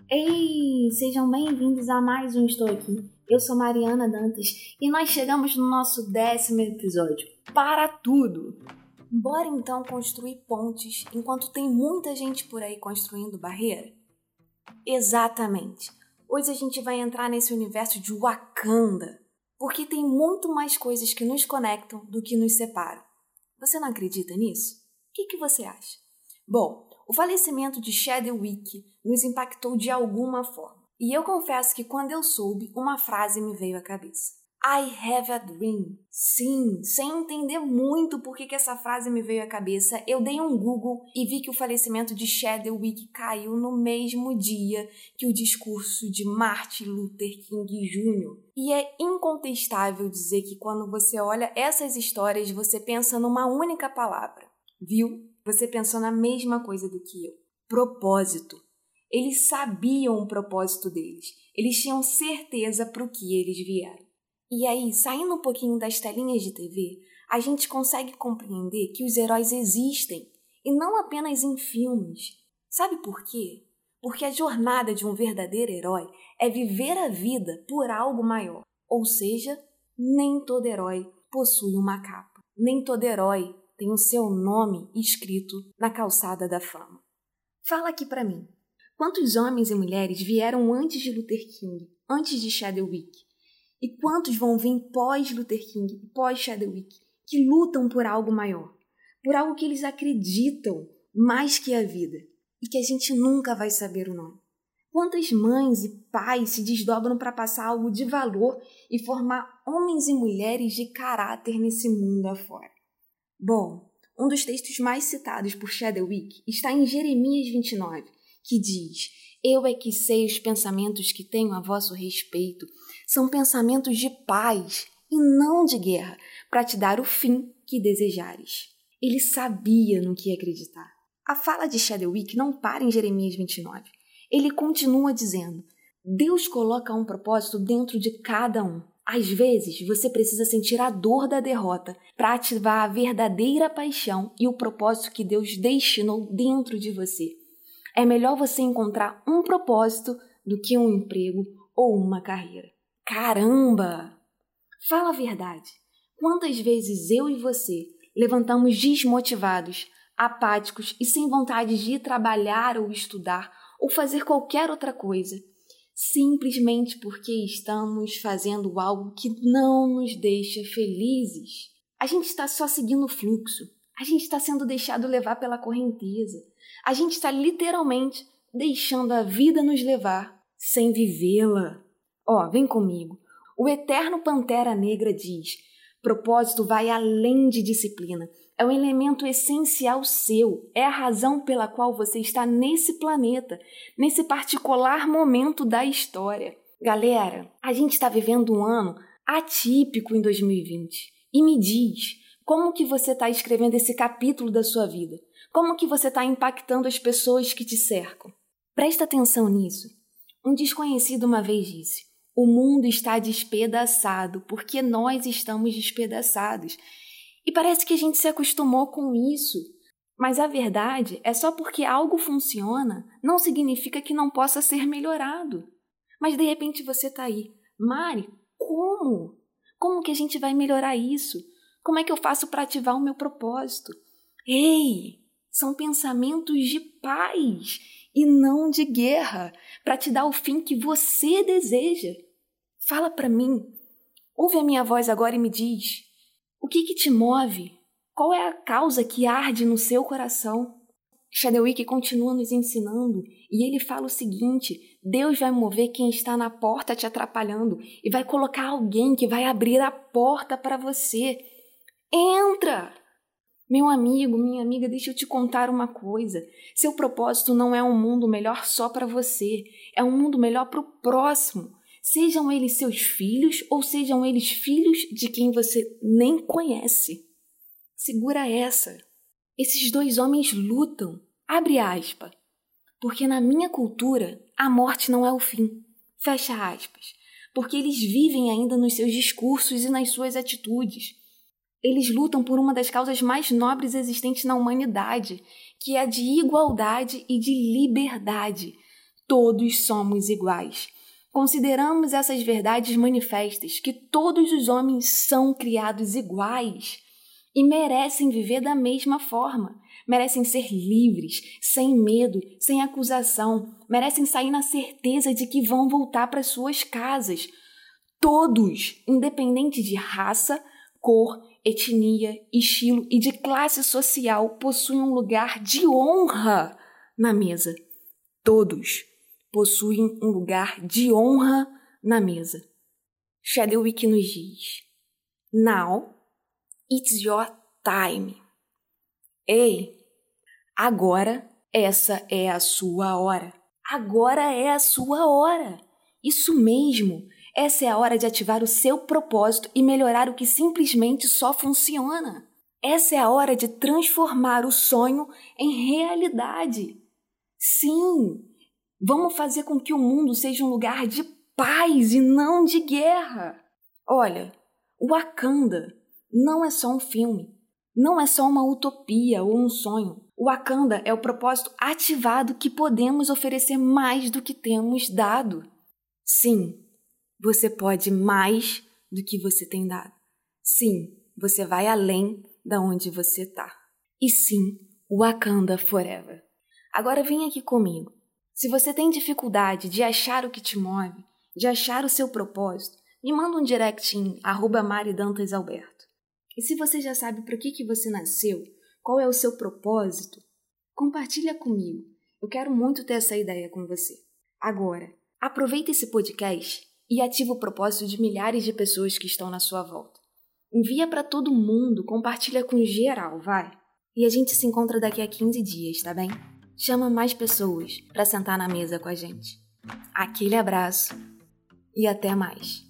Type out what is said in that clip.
Ei, sejam bem-vindos a mais um Estou Aqui. Eu sou Mariana Dantas e nós chegamos no nosso 10º episódio. Para tudo! Bora então construir pontes enquanto tem muita gente por aí construindo barreira? Exatamente! Hoje a gente vai entrar nesse universo de Wakanda, porque tem muito mais coisas que nos conectam do que nos separam. Você não acredita nisso? O que você acha? Bom, o falecimento de Chadwick nos impactou de alguma forma. E eu confesso que quando eu soube, uma frase me veio à cabeça. I have a dream. Sim, sem entender muito por que essa frase me veio à cabeça, eu dei um Google e vi que o falecimento de Chadwick caiu no mesmo dia que o discurso de Martin Luther King Jr. E é incontestável dizer que quando você olha essas histórias, você pensa numa única palavra. Viu? Você pensou na mesma coisa do que eu. Propósito. Eles sabiam o propósito deles. Eles tinham certeza para o que eles vieram. E aí, saindo um pouquinho das telinhas de TV, a gente consegue compreender que os heróis existem, e não apenas em filmes. Sabe por quê? Porque a jornada de um verdadeiro herói é viver a vida por algo maior. Ou seja, nem todo herói possui uma capa. Nem todo herói tem o seu nome escrito na calçada da fama. Fala aqui pra mim, quantos homens e mulheres vieram antes de Luther King, antes de Chadwick? E quantos vão vir pós-Luther King e pós-Chadwick, que lutam por algo maior, por algo que eles acreditam mais que a vida, e que a gente nunca vai saber o nome? Quantas mães e pais se desdobram para passar algo de valor e formar homens e mulheres de caráter nesse mundo afora? Bom, um dos textos mais citados por Chadwick está em Jeremias 29, que diz: Eu é que sei os pensamentos que tenho a vosso respeito. São pensamentos de paz e não de guerra, para te dar o fim que desejares. Ele sabia no que acreditar. A fala de Chadwick não para em Jeremias 29. Ele continua dizendo: Deus coloca um propósito dentro de cada um. Às vezes, você precisa sentir a dor da derrota para ativar a verdadeira paixão e o propósito que Deus destinou dentro de você. É melhor você encontrar um propósito do que um emprego ou uma carreira. Caramba! Fala a verdade. Quantas vezes eu e você levantamos desmotivados, apáticos e sem vontade de ir trabalhar ou estudar ou fazer qualquer outra coisa, simplesmente porque estamos fazendo algo que não nos deixa felizes? A gente está só seguindo o fluxo. A gente está sendo deixado levar pela correnteza. A gente está literalmente deixando a vida nos levar sem vivê-la. Vem comigo. O eterno Pantera Negra diz: propósito vai além de disciplina. É um elemento essencial seu. É a razão pela qual você está nesse planeta, nesse particular momento da história. Galera, a gente está vivendo um ano atípico em 2020. E me diz, como que você está escrevendo esse capítulo da sua vida? Como que você está impactando as pessoas que te cercam? Presta atenção nisso. Um desconhecido uma vez disse: o mundo está despedaçado porque nós estamos despedaçados. E parece que a gente se acostumou com isso. Mas a verdade é só porque algo funciona, não significa que não possa ser melhorado. Mas de repente você está aí. Mari, como? Como que a gente vai melhorar isso? Como é que eu faço para ativar o meu propósito? Ei, são pensamentos de paz e não de guerra, para te dar o fim que você deseja. Fala para mim, ouve a minha voz agora e me diz, o que te move? Qual é a causa que arde no seu coração? Chadwick continua nos ensinando e ele fala o seguinte: Deus vai mover quem está na porta te atrapalhando e vai colocar alguém que vai abrir a porta para você. Entra! Meu amigo, minha amiga, deixa eu te contar uma coisa. Seu propósito não é um mundo melhor só para você, é um mundo melhor para o próximo. Sejam eles seus filhos ou sejam eles filhos de quem você nem conhece. Segura essa. Esses dois homens lutam, abre aspas, porque na minha cultura a morte não é o fim, fecha aspas, porque eles vivem ainda nos seus discursos e nas suas atitudes. Eles lutam por uma das causas mais nobres existentes na humanidade, que é a de igualdade e de liberdade. todos somos iguais. Consideramos essas verdades manifestas que todos os homens são criados iguais e merecem viver da mesma forma, merecem ser livres, sem medo, sem acusação, merecem sair na certeza de que vão voltar para suas casas. Todos, independente de raça, cor, etnia, estilo e de classe social, possuem um lugar de honra na mesa. Todos possuem um lugar de honra na mesa. Chadwick nos diz: Now it's your time. Ei, agora essa é a sua hora. Agora é a sua hora. Isso mesmo. Essa é a hora de ativar o seu propósito e melhorar o que simplesmente só funciona. Essa é a hora de transformar o sonho em realidade. Sim, vamos fazer com que o mundo seja um lugar de paz e não de guerra. Olha, Wakanda não é só um filme, não é só uma utopia ou um sonho. Wakanda é o propósito ativado que podemos oferecer mais do que temos dado. Sim, você pode mais do que você tem dado. Sim, você vai além da onde você está. E sim, Wakanda Forever. Agora vem aqui comigo. Se você tem dificuldade de achar o que te move, de achar o seu propósito, me manda um direct em @maridantasalberto. E se você já sabe para que você nasceu, qual é o seu propósito, compartilha comigo. Eu quero muito ter essa ideia com você. Agora, aproveita esse podcast e ativa o propósito de milhares de pessoas que estão na sua volta. Envia para todo mundo, compartilha com geral, vai. E a gente se encontra daqui a 15 dias, tá bem? Chama mais pessoas para sentar na mesa com a gente. Aquele abraço e até mais.